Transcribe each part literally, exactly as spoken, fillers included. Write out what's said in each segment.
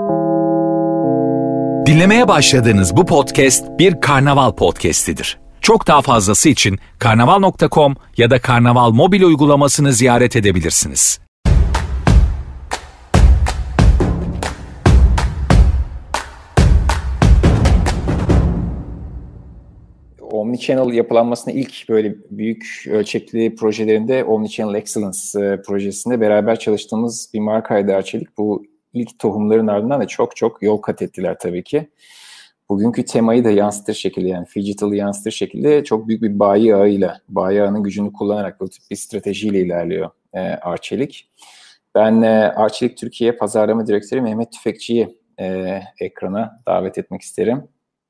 Dinlemeye başladığınız bu podcast bir karnaval podcastidir. Çok daha fazlası için karnaval nokta com ya da Karnaval mobil uygulamasını ziyaret edebilirsiniz. Omnichannel yapılanmasının ilk böyle büyük ölçekli projelerinde Omnichannel Excellence e, projesinde beraber çalıştığımız bir markaydı Arçelik. Bu ilk tohumların ardından da çok çok yol kat ettiler tabii ki. Bugünkü temayı da yansıtır şekilde, yani Phygital'ı yansıtır şekilde çok büyük bir bayi ağıyla, bayi ağının gücünü kullanarak bu tip bir stratejiyle ilerliyor e, Arçelik. Ben e, Arçelik Türkiye Pazarlama Direktörü Mehmet Tüfekçi'yi e, ekrana davet etmek isterim.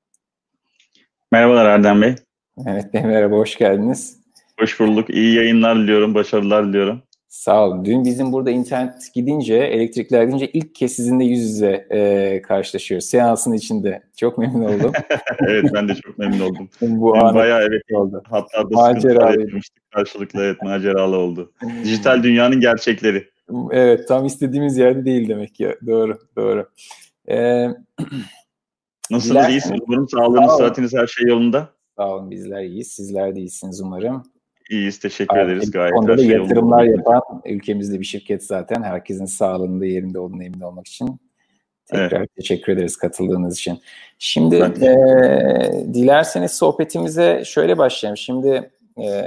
Merhabalar Erdem Bey. Evet, merhaba, hoş geldiniz. Hoş bulduk. İyi yayınlar diliyorum, başarılar diliyorum. Sağ olun. Dün bizim burada internet gidince, elektrikler gidince ilk kez sizinle yüz yüze e, karşılaşıyoruz. Seansın içinde. Çok memnun oldum. Evet, ben de çok memnun oldum. Bu Dün bayağı evet oldu. Hatta da sıkıntılar yaşamıştık karşılıklı. Evet, maceralı oldu. Dijital dünyanın gerçekleri. Evet, tam istediğimiz yerde değil demek ki. Doğru, doğru. Ee, Nasılsınız, iyisiniz? Umarım sağlığınız, sıhhatiniz, her şey yolunda. Sağ olun, bizler iyiyiz. Sizler de iyisiniz umarım. İyiyiz, teşekkür Abi, ederiz. Gayet onda her da şey yatırımlar yolunda. yapan ülkemizde bir şirket zaten. Herkesin sağlığında yerinde olduğuna emin olmak için. Tekrar evet. Teşekkür ederiz katıldığınız için. Şimdi e, dilerseniz sohbetimize şöyle başlayalım. Şimdi e,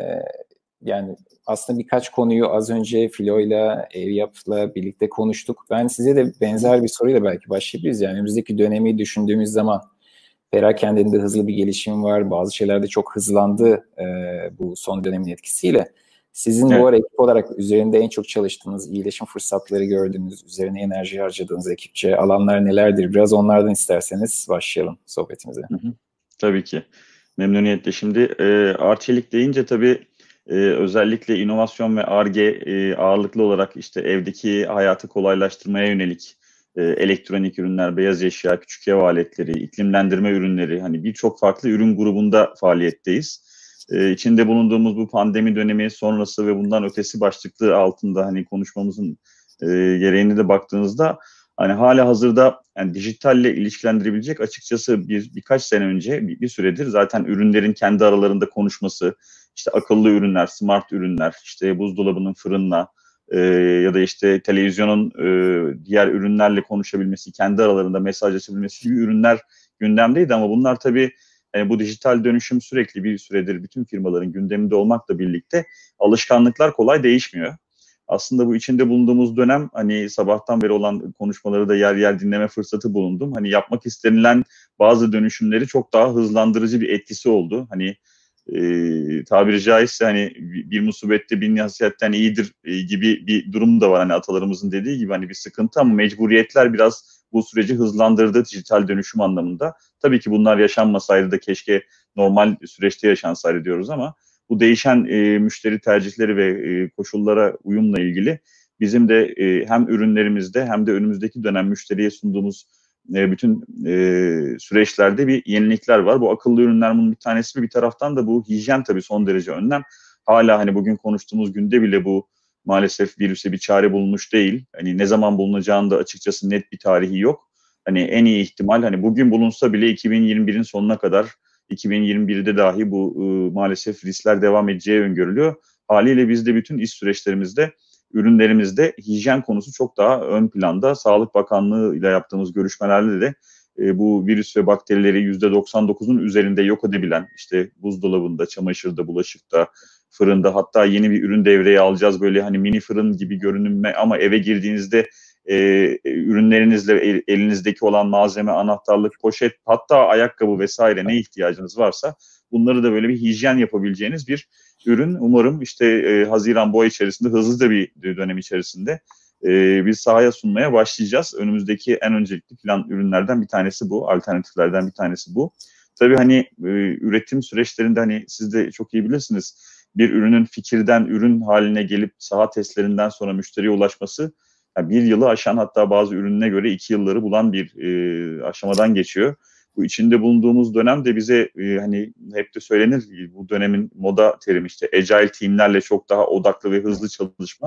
yani aslında birkaç konuyu az önce Filo'yla, Evyap'la birlikte konuştuk. Ben size de benzer bir soruyla belki başlayabiliriz. Yani önümüzdeki dönemi düşündüğümüz zaman perakendinde hızlı bir gelişim var. Bazı şeyler de çok hızlandı e, bu son dönemin etkisiyle. Sizin evet. bu ara ekip olarak üzerinde en çok çalıştığınız, iyileşim fırsatları gördüğünüz, üzerine enerji harcadığınız ekipçe alanlar nelerdir? Biraz onlardan isterseniz başlayalım sohbetimize. Hı hı. Tabii ki. Memnuniyetle. Şimdi e, Arçelik deyince tabii e, özellikle inovasyon ve Ar-Ge e, ağırlıklı olarak işte evdeki hayatı kolaylaştırmaya yönelik e, elektronik ürünler, beyaz eşya, küçük ev aletleri, iklimlendirme ürünleri, hani birçok farklı ürün grubunda faaliyetteyiz. Ee, içinde bulunduğumuz bu pandemi dönemi sonrası ve bundan ötesi başlıklı altında hani konuşmamızın e, gereğine de baktığınızda hani hala hazırda yani dijitalle ilişkilendirebilecek açıkçası bir birkaç sene önce bir, bir süredir zaten ürünlerin kendi aralarında konuşması, işte akıllı ürünler, smart ürünler, işte buzdolabının fırınla e, ya da işte televizyonun e, diğer ürünlerle konuşabilmesi, kendi aralarında mesajlaşabilmesi gibi ürünler gündemdeydi ama bunlar tabii yani bu dijital dönüşüm sürekli bir süredir bütün firmaların gündeminde olmakla birlikte alışkanlıklar kolay değişmiyor. Aslında bu içinde bulunduğumuz dönem hani sabahtan beri olan konuşmaları da yer yer dinleme fırsatı bulundum. Hani yapmak istenilen bazı dönüşümleri çok daha hızlandırıcı bir etkisi oldu. Hani e, tabiri caizse hani bir musibette bin nasihatten iyidir e, gibi bir durum da var. Hani atalarımızın dediği gibi hani bir sıkıntı ama mecburiyetler biraz bu süreci hızlandırdı dijital dönüşüm anlamında. Tabii ki bunlar yaşanmasaydı da keşke normal süreçte yaşansaydı diyoruz ama bu değişen e, müşteri tercihleri ve e, koşullara uyumla ilgili bizim de e, hem ürünlerimizde hem de önümüzdeki dönem müşteriye sunduğumuz e, bütün e, süreçlerde bir yenilikler var. Bu akıllı ürünler bunun bir tanesi ve bir taraftan da bu hijyen tabii son derece önlem. Hala hani bugün konuştuğumuz günde bile bu maalesef virüse bir çare bulunmuş değil. Hani ne zaman bulunacağını da açıkçası net bir tarihi yok. Hani en iyi ihtimal hani bugün bulunsa bile iki bin yirmi birin sonuna kadar, iki bin yirmi birde dahi bu e, maalesef riskler devam edeceği öngörülüyor. Haliyle biz de bütün iş süreçlerimizde, ürünlerimizde hijyen konusu çok daha ön planda. Sağlık Bakanlığı ile yaptığımız görüşmelerde de e, bu virüs ve bakterileri yüzde doksan dokuzun üzerinde yok edebilen, işte buzdolabında, çamaşırda, bulaşıkta, fırında, hatta yeni bir ürün devreye alacağız, böyle hani mini fırın gibi görünme ama eve girdiğinizde e, ürünlerinizle el, elinizdeki olan malzeme, anahtarlık, poşet, hatta ayakkabı vesaire ne ihtiyacınız varsa bunları da böyle bir hijyen yapabileceğiniz bir ürün. Umarım işte e, Haziran bu ay içerisinde, hızlı da bir dönem içerisinde e, biz sahaya sunmaya başlayacağız. Önümüzdeki en öncelikli plan ürünlerden bir tanesi bu, alternatiflerden bir tanesi bu. Tabii hani e, üretim süreçlerinde hani siz de çok iyi bilirsiniz, bir ürünün fikirden ürün haline gelip saha testlerinden sonra müşteriye ulaşması yani bir yılı aşan, hatta bazı ürününe göre iki yılları bulan bir e, aşamadan geçiyor. Bu içinde bulunduğumuz dönem de bize e, hani hep de söylenir bu dönemin moda terimi işte agile teamlerle çok daha odaklı ve hızlı çalışma.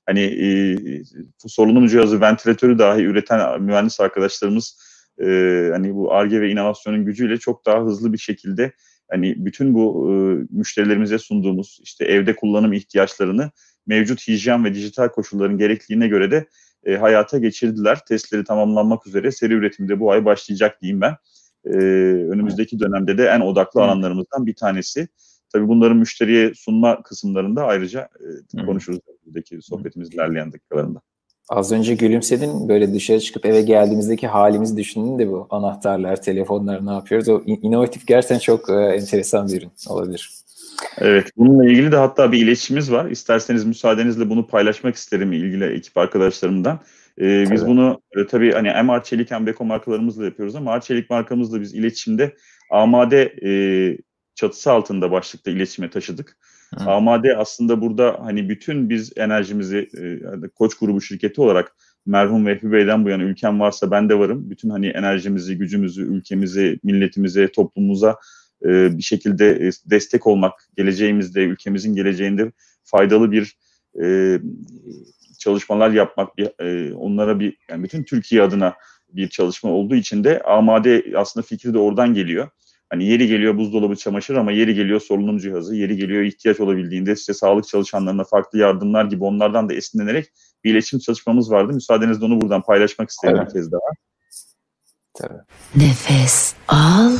hani e, solunum cihazı, ventilatörü dahi üreten mühendis arkadaşlarımız e, hani bu Ar-Ge ve inovasyonun gücüyle çok daha hızlı bir şekilde hani bütün bu e, müşterilerimize sunduğumuz işte evde kullanım ihtiyaçlarını mevcut hijyen ve dijital koşulların gerekliliğine göre de e, hayata geçirdiler. Testleri tamamlanmak üzere seri üretimde bu ay başlayacak diyeyim ben. E, önümüzdeki dönemde de en odaklı alanlarımızdan bir tanesi. Tabii bunların müşteriye sunma kısımlarında ayrıca e, konuşuruz buradaki sohbetimiz ilerleyen dakikalarında. Az önce gülümsedin, böyle dışarı çıkıp eve geldiğimizdeki halimizi düşündün de bu anahtarlar, telefonlar ne yapıyoruz? O inovatif gerçekten çok e, enteresan bir ürün olabilir. Evet, bununla ilgili de hatta bir iletişimimiz var. İsterseniz müsaadenizle bunu paylaşmak isterim ilgili ekip arkadaşlarımdan. Ee, biz bunu e, tabii hani hem Arçelik hem Beko markalarımızla yapıyoruz ama Arçelik markamızla biz iletişimde Amade e, çatısı altında başlıkta iletişime taşıdık. Hı. Amade aslında burada hani bütün biz enerjimizi e, Koç grubu şirketi olarak merhum Vehbi Bey'den bu yana ülkem varsa ben de varım. Bütün hani enerjimizi, gücümüzü, ülkemizi, milletimize, toplumumuza e, bir şekilde e, destek olmak, geleceğimizde, ülkemizin geleceğinde faydalı bir e, çalışmalar yapmak, bir, e, onlara bir yani bütün Türkiye adına bir çalışma olduğu için de Amade aslında fikri de oradan geliyor. Hani yeri geliyor buzdolabı, çamaşır ama yeri geliyor solunum cihazı, yeri geliyor ihtiyaç olabildiğinde size sağlık çalışanlarına farklı yardımlar gibi onlardan da esinlenerek bir iletişim çalışmamız vardı. Müsaadenizle onu buradan paylaşmak isterim evet. bir kez daha. Tabii. Nefes al,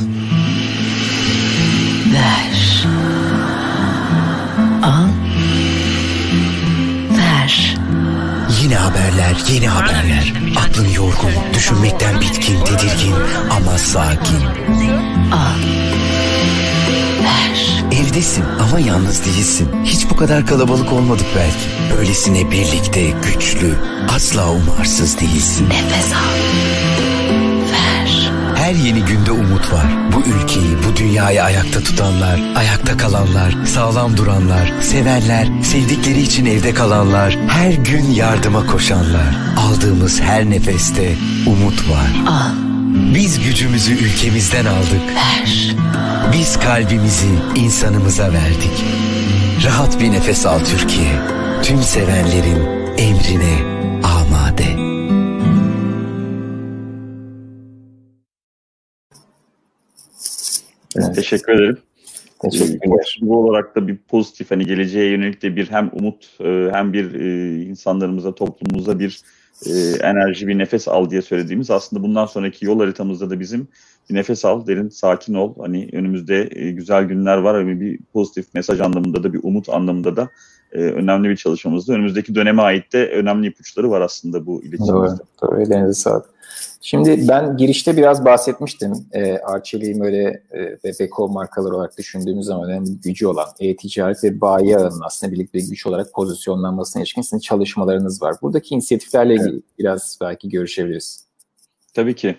ver. Al, ver. Yeni haberler, yeni haberler. Aklın yorgun, düşünmekten bitkin, tedirgin ama sakin. Al, ver. Evdesin ama yalnız değilsin. Hiç bu kadar kalabalık olmadık belki. Böylesine birlikte, güçlü, asla umarsız değilsin. Nefes al, ver. Her yeni günde umut var. Bu ülkeyi, bu dünyayı ayakta tutanlar, ayakta kalanlar, sağlam duranlar, sevenler, sevdikleri için evde kalanlar, her gün yardıma koşanlar. Aldığımız her nefeste umut var. Al. Biz gücümüzü ülkemizden aldık. Ver. Biz kalbimizi insanımıza verdik. Rahat bir nefes al Türkiye. Tüm sevenlerin emrine amade. Evet. Teşekkür ederim. Teşekkürler. Bu olarak da bir pozitif hani geleceğe yönelik de bir hem umut hem bir insanlarımıza, toplumumuza bir enerji, bir nefes al diye söylediğimiz aslında bundan sonraki yol haritamızda da bizim bir nefes al, derin, sakin ol. Hani önümüzde güzel günler var ve bir pozitif mesaj anlamında da bir umut anlamında da önemli bir çalışmamızda. Önümüzdeki döneme ait de önemli ipuçları var aslında bu iletişimimizde. Doğru, doğru. Ellerinize sağlık. Şimdi ben girişte biraz bahsetmiştim. E, Arçelik'in böyle e, ve Beko markaları olarak düşündüğümüz zaman önemli bir gücü olan e-ticaret ve bayi ağının aslında birlikte bir güç olarak pozisyonlanmasına ilişkin sizin çalışmalarınız var. Buradaki inisiyatiflerle ilgili evet. biraz belki görüşebiliriz. Tabii ki.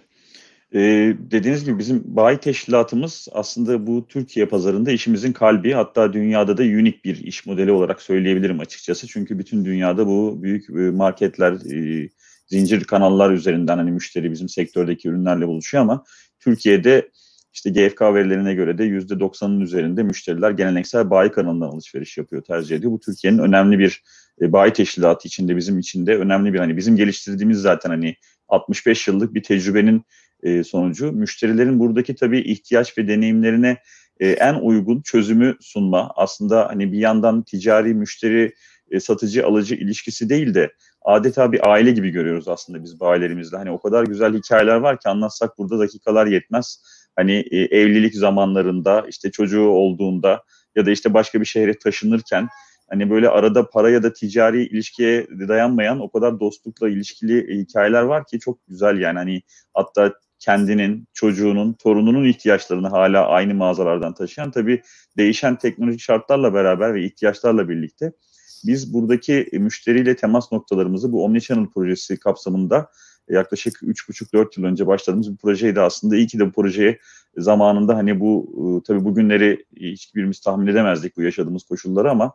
Ee, dediğiniz gibi bizim bayi teşkilatımız aslında bu Türkiye pazarında işimizin kalbi, hatta dünyada da unik bir iş modeli olarak söyleyebilirim açıkçası. Çünkü bütün dünyada bu büyük marketler, e, zincir kanallar üzerinden hani müşteri bizim sektördeki ürünlerle buluşuyor ama Türkiye'de işte G F K verilerine göre de yüzde doksanın üzerinde müşteriler geleneksel bayi kanalından alışveriş yapıyor, tercih ediyor. Bu Türkiye'nin önemli bir e, bayi teşkilatı içinde, bizim için de önemli bir hani bizim geliştirdiğimiz zaten hani altmış beş yıllık bir tecrübenin e, sonucu. Müşterilerin buradaki tabii ihtiyaç ve deneyimlerine e, en uygun çözümü sunma. Aslında hani bir yandan ticari müşteri e, satıcı alıcı ilişkisi değil de adeta bir aile gibi görüyoruz aslında biz bayilerimizle. Hani o kadar güzel hikayeler var ki anlatsak burada dakikalar yetmez. Hani e, evlilik zamanlarında, işte çocuğu olduğunda ya da işte başka bir şehre taşınırken hani böyle arada para ya da ticari ilişkiye dayanmayan o kadar dostlukla ilişkili hikayeler var ki çok güzel yani. Hani hatta kendinin, çocuğunun, torununun ihtiyaçlarını hala aynı mağazalardan taşıyan, tabii değişen teknolojik şartlarla beraber ve ihtiyaçlarla birlikte biz buradaki müşteriyle temas noktalarımızı bu Omnichannel projesi kapsamında yaklaşık üç buçuk dört yıl önce başladığımız bir projeydi aslında. İyi ki de bu projeye zamanında hani bu tabii bugünleri hiçbirimiz tahmin edemezdik bu yaşadığımız koşulları ama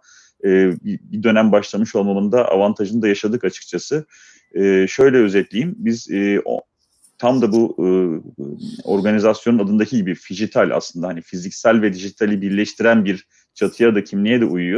bir dönem başlamış olmamın da avantajını da yaşadık açıkçası. Şöyle özetleyeyim, biz tam da bu organizasyonun adındaki gibi fijital aslında hani fiziksel ve dijitali birleştiren bir çatıya da kimliğe de uyuyor.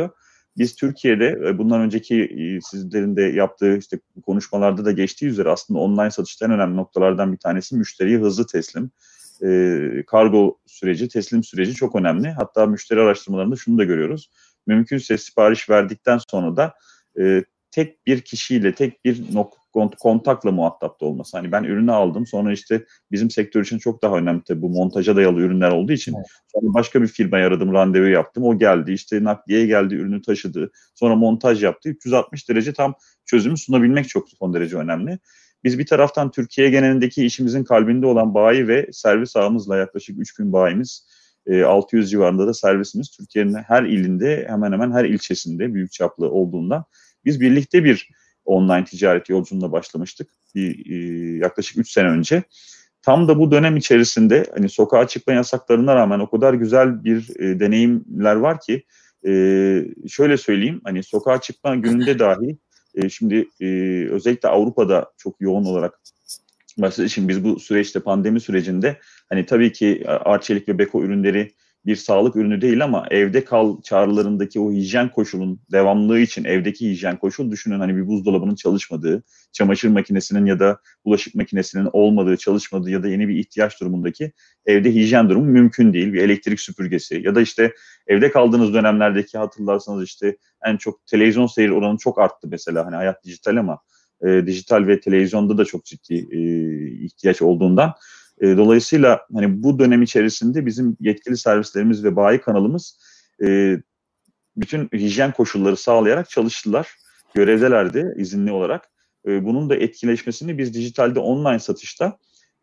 Biz Türkiye'de bundan önceki sizlerin de yaptığı işte konuşmalarda da geçtiği üzere aslında online satışta en önemli noktalardan bir tanesi müşteriye hızlı teslim. E, kargo süreci, teslim süreci çok önemli. Hatta müşteri araştırmalarında şunu da görüyoruz. Mümkünse sipariş verdikten sonra da e, tek bir kişiyle, tek bir nok- kontakla muhatapta olması. Hani ben ürünü aldım, sonra işte bizim sektör için çok daha önemli tabii bu montaja dayalı ürünler olduğu için. Evet. Sonra başka bir firmayı aradım, randevu yaptım. O geldi, işte nakliye geldi, ürünü taşıdı. Sonra montaj yaptı. üç yüz altmış derece tam çözümü sunabilmek çok son derece önemli. Biz bir taraftan Türkiye genelindeki işimizin kalbinde olan bayi ve servis ağımızla yaklaşık üç bin bayimiz, altı yüz civarında da servisimiz Türkiye'nin her ilinde, hemen hemen her ilçesinde büyük çaplı olduğundan biz birlikte bir online ticaret yolculuğuna başlamıştık bir, yaklaşık üç sene önce. Tam da bu dönem içerisinde hani sokağa çıkma yasaklarına rağmen o kadar güzel bir e, deneyimler var ki e, şöyle söyleyeyim, hani sokağa çıkma gününde dahi e, şimdi e, özellikle Avrupa'da çok yoğun olarak başladı. Şimdi biz bu süreçte, pandemi sürecinde hani tabii ki Arçelik ve Beko ürünleri bir sağlık ürünü değil ama evde kal çağrılarındaki o hijyen koşulun devamlılığı için evdeki hijyen koşul, düşünün hani bir buzdolabının çalışmadığı, çamaşır makinesinin ya da bulaşık makinesinin olmadığı, çalışmadığı ya da yeni bir ihtiyaç durumundaki evde hijyen durumu mümkün değil. Bir elektrik süpürgesi ya da işte evde kaldığınız dönemlerdeki, hatırlarsanız işte en çok televizyon seyir oranı çok arttı mesela, hani hayat dijital ama e, dijital ve televizyonda da çok ciddi e, ihtiyaç olduğundan. Dolayısıyla hani bu dönem içerisinde bizim yetkili servislerimiz ve bayi kanalımız e, bütün hijyen koşulları sağlayarak çalıştılar. Görevdelerdi izinli olarak. E, bunun da etkileşmesini biz dijitalde online satışta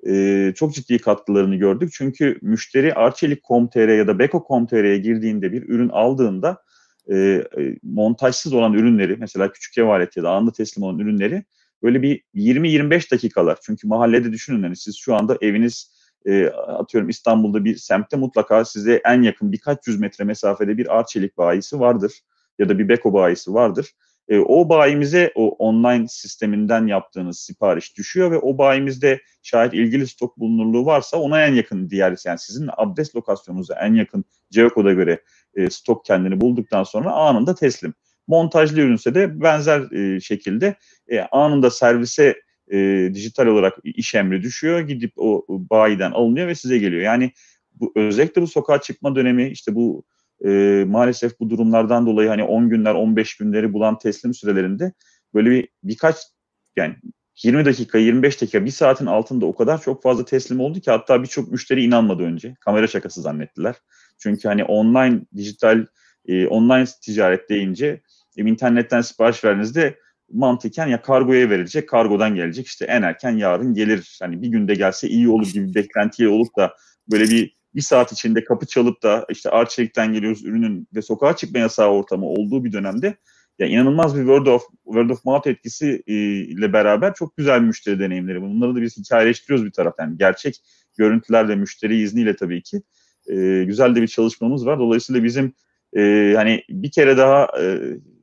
e, çok ciddi katkılarını gördük. Çünkü müşteri arçelik nokta com nokta tr ya da beko nokta com nokta tr'ye girdiğinde, bir ürün aldığında e, montajsız olan ürünleri, mesela küçük ev aleti ya da anında teslim olan ürünleri böyle bir yirmi yirmi beş dakikalar. Çünkü mahallede düşünün, hani siz şu anda eviniz e, atıyorum İstanbul'da bir semtte mutlaka size en yakın birkaç yüz metre mesafede bir Arçelik bayisi vardır ya da bir Beko bayisi vardır. E, o bayimize o online sisteminden yaptığınız sipariş düşüyor ve o bayimizde şayet ilgili stok bulunurluğu varsa ona en yakın diğer, yani sizin adres lokasyonunuza en yakın Geokode'a göre e, stok kendini bulduktan sonra anında teslim. Montajlı ürünse de benzer e, şekilde e, anında servise e, dijital olarak iş emri düşüyor. Gidip o bayiden alınıyor ve size geliyor. Yani bu, özellikle bu sokağa çıkma dönemi, işte bu e, maalesef bu durumlardan dolayı hani on günler, on beş günleri bulan teslim sürelerinde böyle bir birkaç, yani yirmi dakika, yirmi beş dakika, bir saatin altında o kadar çok fazla teslim oldu ki hatta birçok müşteri inanmadı önce. Kamera şakası zannettiler. Çünkü hani online, dijital, e, online ticaret deyince e, internetten sipariş verdiğinizde mantıken ya kargoya verilecek, kargodan gelecek, işte en erken yarın gelir, hani bir günde gelse iyi olur gibi bir beklentiye olup da böyle bir bir saat içinde kapı çalıp da işte Arçelik'ten geliyoruz ürünün ve sokağa çıkma yasağı ortamı olduğu bir dönemde ya inanılmaz bir word of word of mouth etkisi e, ile beraber çok güzel müşteri deneyimleri. Bunları da biz hikayeleştiriyoruz bir taraftan. Yani gerçek görüntülerle, müşteri izniyle tabii ki e, güzel de bir çalışmamız var. Dolayısıyla bizim e, hani bir kere daha e,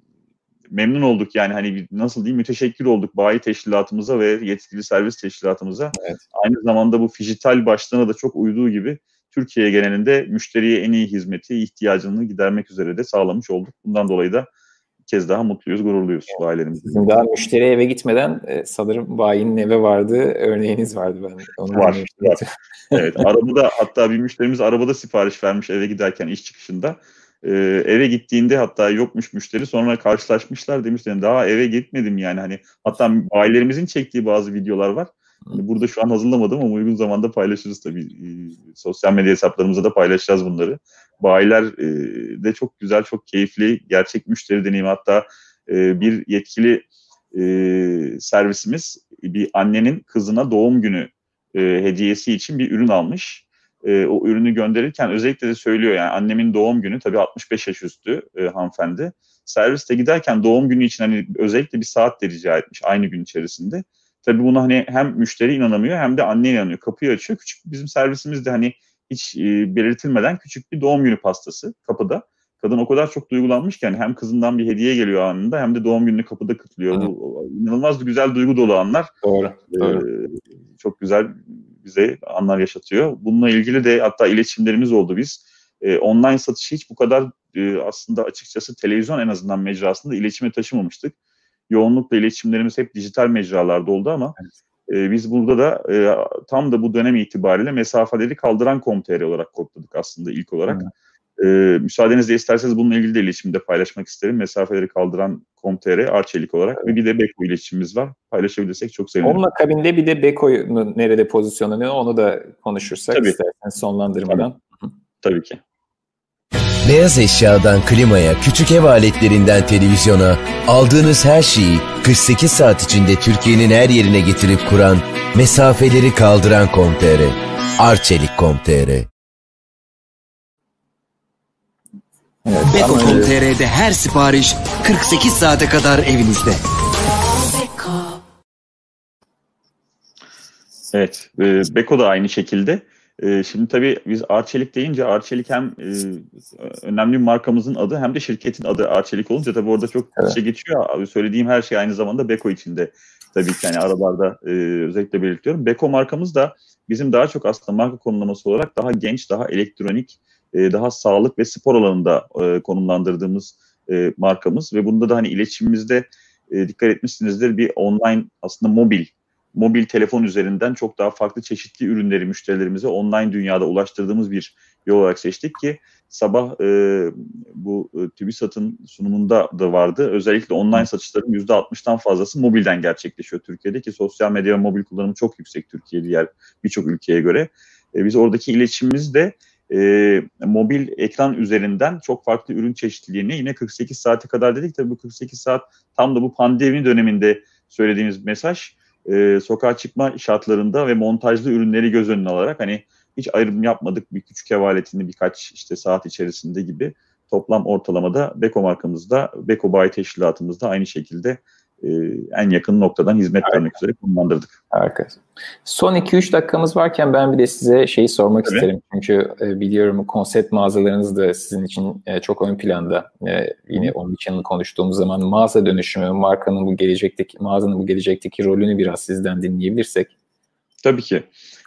memnun olduk, yani hani nasıl diyeyim, müteşekkir olduk bayi teşkilatımıza ve yetkili servis teşkilatımıza. Evet. Aynı zamanda bu dijital başlığına da çok uyduğu gibi Türkiye genelinde müşteriye en iyi hizmeti, ihtiyacını gidermek üzere de sağlamış olduk. Bundan dolayı da bir kez daha mutluyuz, gururluyuz evet. bayilerimizle. Sizin daha müşteri eve gitmeden e, sanırım bayinin eve vardığı örneğiniz vardı. Ben onu var. var. Evet, arabada, hatta bir müşterimiz arabada sipariş vermiş eve giderken, iş çıkışında. Ee, eve gittiğinde hatta yokmuş müşteri, sonra karşılaşmışlar, demişler daha eve gitmedim yani, hani hatta bayilerimizin çektiği bazı videolar var. Yani burada şu an hazırlamadım ama uygun zamanda paylaşırız tabii. Ee, sosyal medya hesaplarımıza da paylaşacağız bunları. Bayiler e, de çok güzel, çok keyifli, gerçek müşteri deneyimi. Hatta e, bir yetkili e, servisimiz bir annenin kızına doğum günü e, hediyesi için bir ürün almış. E, o ürünü gönderirken özellikle de söylüyor, yani annemin doğum günü, tabii altmış beş yaş üstü e, hanımefendi. Serviste giderken doğum günü için hani özellikle bir saat de rica etmiş aynı gün içerisinde. Tabii buna hani hem müşteri inanamıyor hem de anne inanıyor. Kapıyı açıyor. Küçük, bizim servisimizde hani hiç e, belirtilmeden küçük bir doğum günü pastası kapıda. Kadın o kadar çok duygulanmış ki yani hem kızından bir hediye geliyor anında hem de doğum gününü kapıda kutluyor. Hı. Bu inanılmaz güzel, duygu dolu anlar. Doğru. Ee, doğru. Çok güzel bize anlar yaşatıyor. Bununla ilgili de hatta iletişimlerimiz oldu biz. Ee, online satışı hiç bu kadar e, aslında açıkçası televizyon en azından mecrasında iletişime taşımamıştık. Yoğunlukla iletişimlerimiz hep dijital mecralarda oldu ama e, biz burada da e, tam da bu dönem itibariyle mesafeleri kaldıran nokta com nokta tr olarak kodladık aslında ilk olarak. E, müsaadenizle isterseniz bununla ilgili de iletişimde paylaşmak isterim. Mesafeleri kaldıran nokta com nokta tr Arçelik olarak evet. Ve bir de Beko iletişimimiz var. Paylaşabilirsek çok sevinirim. Onun akabinde bir de Beko'nun nerede pozisyonlanıyor onu da konuşursak Tabii. isterseniz sonlandırmadan. Tabii, Tabii ki. Beyaz eşyadan klimaya, küçük ev aletlerinden televizyona aldığınız her şeyi kırk sekiz saat içinde Türkiye'nin her yerine getirip kuran, mesafeleri kaldıran nokta com nokta tr. Arçelik nokta com nokta tr. Evet, Beko nokta com nokta tr'de her sipariş kırk sekiz saate kadar evinizde. Evet, e, Beko da aynı şekilde. E, şimdi tabii biz Arçelik deyince Arçelik hem e, önemli bir markamızın adı hem de şirketin adı Arçelik olunca tabii orada çok evet. şey geçiyor. Abi, söylediğim her şey aynı zamanda Beko içinde. Tabii ki yani aralarda e, özellikle belirtiyorum. Beko markamız da bizim daha çok aslında marka konumlaması olarak daha genç, daha elektronik, e, daha sağlık ve spor alanında e, konumlandırdığımız e, markamız ve bunda da hani iletişimimizde e, dikkat etmişsinizdir bir online aslında mobil mobil telefon üzerinden çok daha farklı çeşitli ürünleri müşterilerimize online dünyada ulaştırdığımız bir yol olarak seçtik ki sabah e, bu e, TÜBİSAT'ın sunumunda da vardı. Özellikle online satışların yüzde altmıştan fazlası mobilden gerçekleşiyor Türkiye'de ki sosyal medya ve mobil kullanımı çok yüksek Türkiye diğer birçok ülkeye göre. E, biz oradaki iletişimimiz de e, mobil ekran üzerinden çok farklı ürün çeşitliliğini yine kırk sekiz saate kadar dedik. Tabii bu kırk sekiz saat tam da bu pandemi döneminde söylediğimiz mesaj. Ee, sokağa çıkma şartlarında ve montajlı ürünleri göz önüne alarak hani hiç ayrım yapmadık bir küçük ev aletini birkaç işte saat içerisinde gibi toplam ortalamada Beko markamızda, Beko bayi teşkilatımızda aynı şekilde e, en yakın noktadan hizmet vermek üzere konumlandırdık. Harika. Son iki üç dakikamız varken ben bir de size şeyi sormak Tabii. isterim. Çünkü e, biliyorum konsept mağazalarınız da sizin için e, çok ön planda. E, yine onun için konuştuğumuz zaman mağaza dönüşümü, markanın bu gelecekteki, mağazanın bu gelecekteki rolünü biraz sizden dinleyebilirsek. Tabii ki.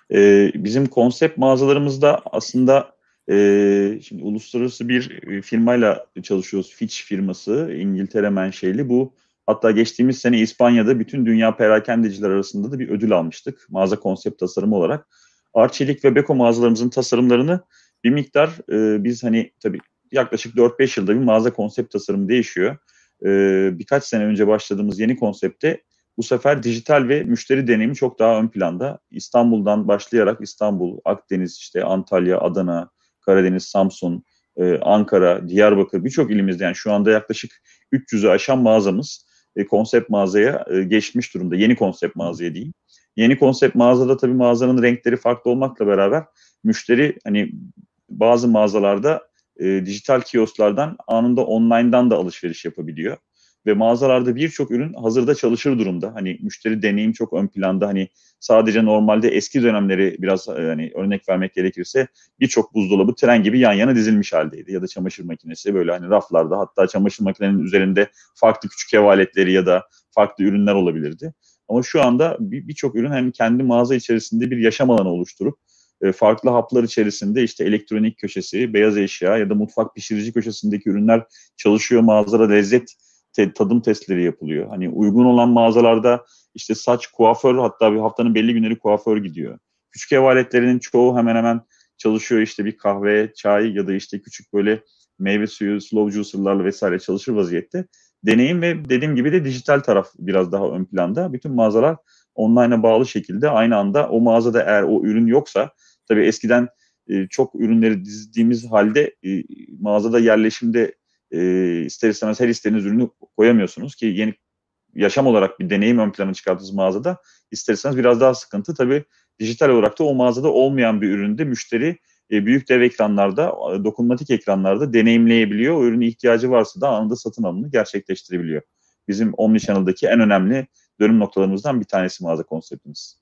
E, bizim konsept mağazalarımızda aslında e, şimdi uluslararası bir firmayla çalışıyoruz. Fitch firması, İngiltere menşeli. Bu hatta geçtiğimiz sene İspanya'da bütün dünya perakendeciler arasında da bir ödül almıştık. Mağaza konsept tasarımı olarak. Arçelik ve Beko mağazalarımızın tasarımlarını bir miktar e, biz hani tabii yaklaşık dört beş yılda bir mağaza konsept tasarımı değişiyor. E, birkaç sene önce başladığımız yeni konsepte bu sefer dijital ve müşteri deneyimi çok daha ön planda. İstanbul'dan başlayarak İstanbul, Akdeniz, işte Antalya, Adana, Karadeniz, Samsun, e, Ankara, Diyarbakır birçok ilimizde yani şu anda yaklaşık üç yüzü aşan mağazamız e, konsept mağazaya e, geçmiş durumda. Yeni konsept mağazaya diyeyim. Yeni konsept mağazada tabii mağazanın renkleri farklı olmakla beraber müşteri hani bazı mağazalarda e, dijital kiosklardan anında online'dan da alışveriş yapabiliyor. Ve mağazalarda birçok ürün hazırda çalışır durumda. Hani müşteri deneyim çok ön planda. Hani sadece normalde eski dönemleri biraz hani örnek vermek gerekirse birçok buzdolabı tren gibi yan yana dizilmiş haldeydi. Ya da çamaşır makinesi böyle hani raflarda hatta çamaşır makinenin üzerinde farklı küçük ev aletleri ya da farklı ürünler olabilirdi. Ama şu anda birçok ürün hani kendi mağaza içerisinde bir yaşam alanı oluşturup farklı haplar içerisinde işte elektronik köşesi, beyaz eşya ya da mutfak pişirici köşesindeki ürünler çalışıyor. Mağazada lezzet tadım testleri yapılıyor. Hani uygun olan mağazalarda işte saç, kuaför hatta bir haftanın belli günleri kuaför gidiyor. Küçük ev aletlerinin çoğu hemen hemen çalışıyor. İşte bir kahve, çay ya da işte küçük böyle meyve suyu, slow juicer'larla vesaire çalışır vaziyette. Deneyim ve dediğim gibi de dijital taraf biraz daha ön planda. Bütün mağazalar online'a bağlı şekilde aynı anda o mağazada eğer o ürün yoksa tabii eskiden e, çok ürünleri dizdiğimiz halde e, mağazada yerleşimde e, ister istemez her istediğiniz ürünü koyamıyorsunuz ki yeni yaşam olarak bir deneyim ön plana çıkarttığınız mağazada ister istemez biraz daha sıkıntı. Tabii dijital olarak da o mağazada olmayan bir üründe müşteri e, büyük dev ekranlarda, dokunmatik ekranlarda deneyimleyebiliyor. O ürüne ihtiyacı varsa da anında satın alımını gerçekleştirebiliyor. Bizim Omnichannel'daki en önemli dönüm noktalarımızdan bir tanesi mağaza konseptimiz.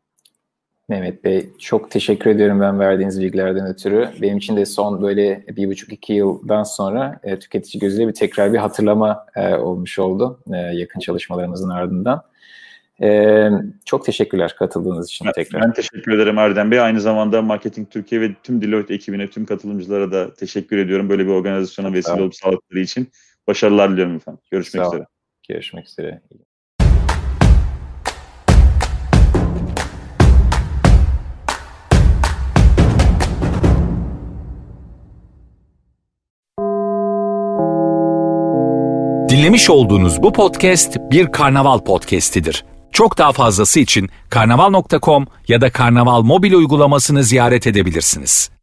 Mehmet Bey çok teşekkür ediyorum ben verdiğiniz bilgilerden ötürü. Benim için de son böyle bir buçuk iki yıldan sonra e, tüketici gözüyle bir tekrar bir hatırlama e, olmuş oldu e, yakın çalışmalarımızın ardından. Ee, çok teşekkürler katıldığınız için ben, tekrar. Ben teşekkür ederim Erdem Bey. Aynı zamanda Marketing Türkiye ve tüm Deloitte ekibine, tüm katılımcılara da teşekkür ediyorum. Böyle bir organizasyona vesile olup sağlıkları için. Başarılar diliyorum efendim. Görüşmek üzere. Görüşmek üzere. Dinlemiş olduğunuz bu podcast bir Karnaval podcastidir. Çok daha fazlası için karnaval nokta com ya da Karnaval mobil uygulamasını ziyaret edebilirsiniz.